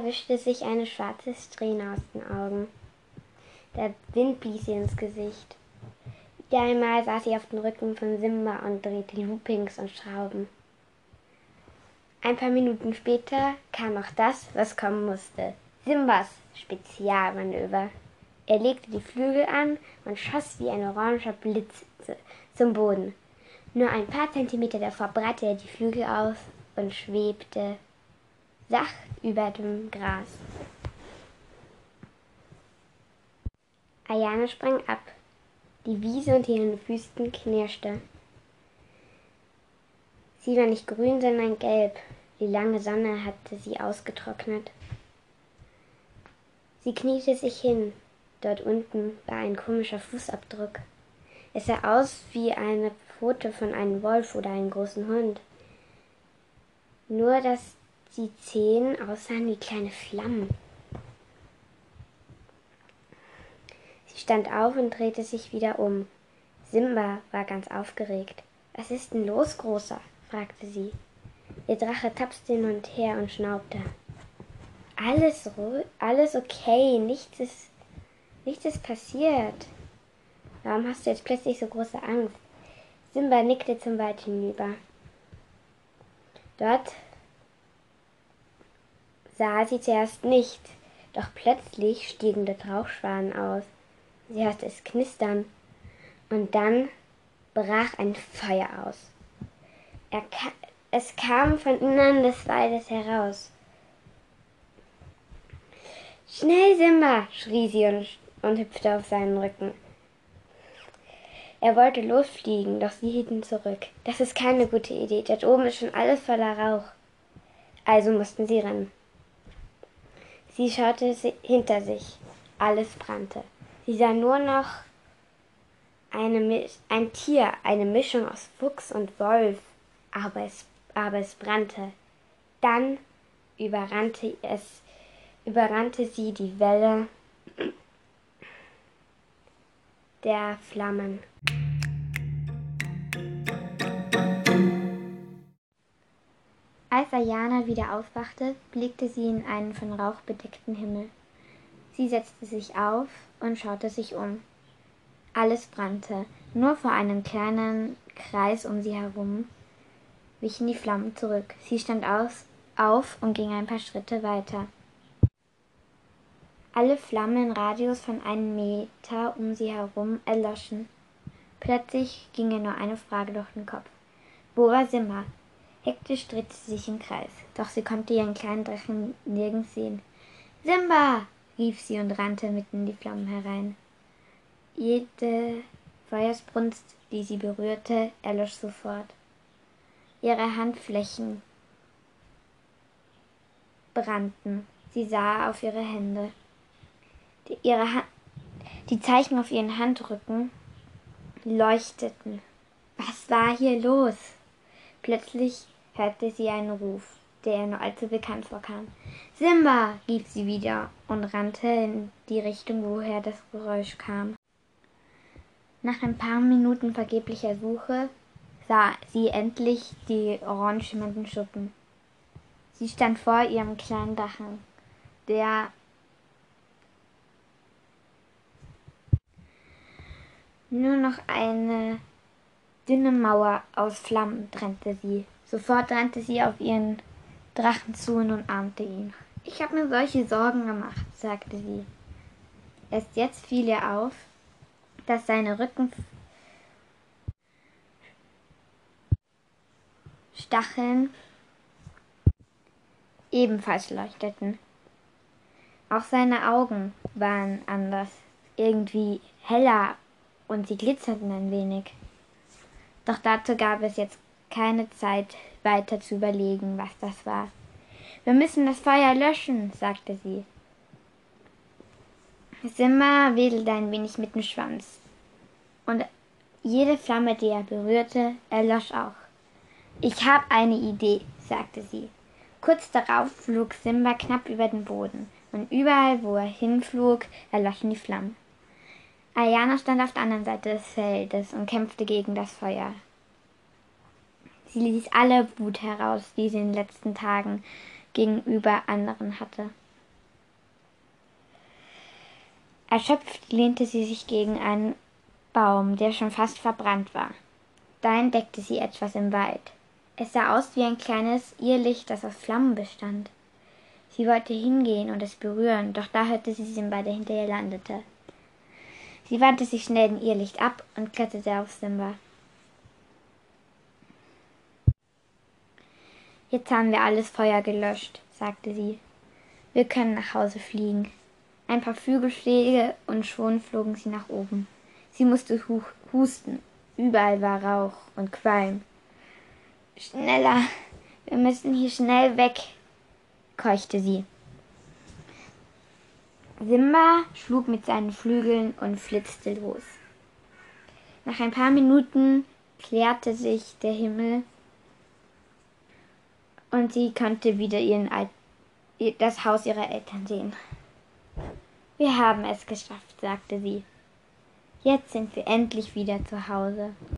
wischte sich eine schwarze Strähne aus den Augen. Der Wind blies ihr ins Gesicht. Wieder einmal saß sie auf dem Rücken von Simba und drehte Loopings und Schrauben. Ein paar Minuten später kam auch das, was kommen musste. Simbas Spezialmanöver. Er legte die Flügel an und schoss wie ein oranger Blitz zum Boden. Nur ein paar Zentimeter davor breitete er die Flügel aus und schwebte sacht über dem Gras. Ayana sprang ab. Die Wiese unter ihren Füßen knirschte. Sie war nicht grün, sondern gelb. Die lange Sonne hatte sie ausgetrocknet. Sie kniete sich hin. Dort unten war ein komischer Fußabdruck. Es sah aus wie eine Pfote von einem Wolf oder einem großen Hund. Nur, dass die Zehen aussahen wie kleine Flammen. Sie stand auf und drehte sich wieder um. Simba war ganz aufgeregt. »Was ist denn los, Großer?« fragte sie. Ihr Drache tapste hin und her und schnaubte. Alles okay, nichts ist passiert. Warum hast du jetzt plötzlich so große Angst? Simba nickte zum Wald hinüber. Dort sah sie zuerst nicht, doch plötzlich stiegen dort Rauchschwaden aus. Sie hörte es knistern und dann brach ein Feuer aus. Es kam von innen des Waldes heraus. »Schnell, Simba!« schrie sie und hüpfte auf seinen Rücken. Er wollte losfliegen, doch sie hielt ihn zurück. »Das ist keine gute Idee, dort oben ist schon alles voller Rauch.« Also mussten sie rennen. Sie schaute hinter sich. Alles brannte. Sie sah nur noch ein Tier, eine Mischung aus Fuchs und Wolf, aber es brannte. Dann überrannte sie die Welle der Flammen. Als Ayana wieder aufwachte, blickte sie in einen von Rauch bedeckten Himmel. Sie setzte sich auf und schaute sich um. Alles brannte. Nur vor einem kleinen Kreis um sie herum wichen die Flammen zurück. Sie stand auf und ging ein paar Schritte weiter. Alle Flammen im Radius von 1 Meter um sie herum erloschen. Plötzlich ging ihr nur eine Frage durch den Kopf. Wo war Simba? Hektisch drehte sie sich im Kreis, doch sie konnte ihren kleinen Drachen nirgends sehen. »Simba!« rief sie und rannte mitten in die Flammen herein. Jede Feuersbrunst, die sie berührte, erlosch sofort. Ihre Handflächen brannten. Sie sah auf ihre Hände. Die Zeichen auf ihren Handrücken leuchteten. Was war hier los? Plötzlich hörte sie einen Ruf, der ihr nur allzu bekannt vorkam. »Simba!« rief sie wieder und rannte in die Richtung, woher das Geräusch kam. Nach ein paar Minuten vergeblicher Suche sah sie endlich die orange schimmernden Schuppen. Sie stand vor ihrem kleinen Drachen, der nur noch eine dünne Mauer aus Flammen trennte sie. Sofort rannte sie auf ihren Drachen zu und umarmte ihn. »Ich habe mir solche Sorgen gemacht«, sagte sie. Erst jetzt fiel ihr auf, dass seine Rückenstacheln ebenfalls leuchteten. Auch seine Augen waren anders, irgendwie heller und sie glitzerten ein wenig. Doch dazu gab es jetzt keine Zeit, weiter zu überlegen, was das war. »Wir müssen das Feuer löschen«, sagte sie. Simba wedelte ein wenig mit dem Schwanz, und jede Flamme, die er berührte, erlosch auch. »Ich habe eine Idee«, sagte sie. Kurz darauf flog Simba knapp über den Boden, und überall, wo er hinflog, erloschen die Flammen. Ayana stand auf der anderen Seite des Feldes und kämpfte gegen das Feuer. Sie ließ alle Wut heraus, die sie in den letzten Tagen gegenüber anderen hatte. Erschöpft lehnte sie sich gegen einen Baum, der schon fast verbrannt war. Da entdeckte sie etwas im Wald. Es sah aus wie ein kleines Irrlicht, das aus Flammen bestand. Sie wollte hingehen und es berühren, doch da hörte sie Simba, der hinter ihr landete. Sie wandte sich schnell den Irrlicht ab und kletterte auf Simba. Jetzt haben wir alles Feuer gelöscht, sagte sie. Wir können nach Hause fliegen. Ein paar Flügelschläge und schon flogen sie nach oben. Sie musste husten. Überall war Rauch und Qualm. Schneller, wir müssen hier schnell weg, keuchte sie. Simba schlug mit seinen Flügeln und flitzte los. Nach ein paar Minuten klärte sich der Himmel und sie konnte wieder das Haus ihrer Eltern sehen. Wir haben es geschafft, sagte sie. Jetzt sind wir endlich wieder zu Hause.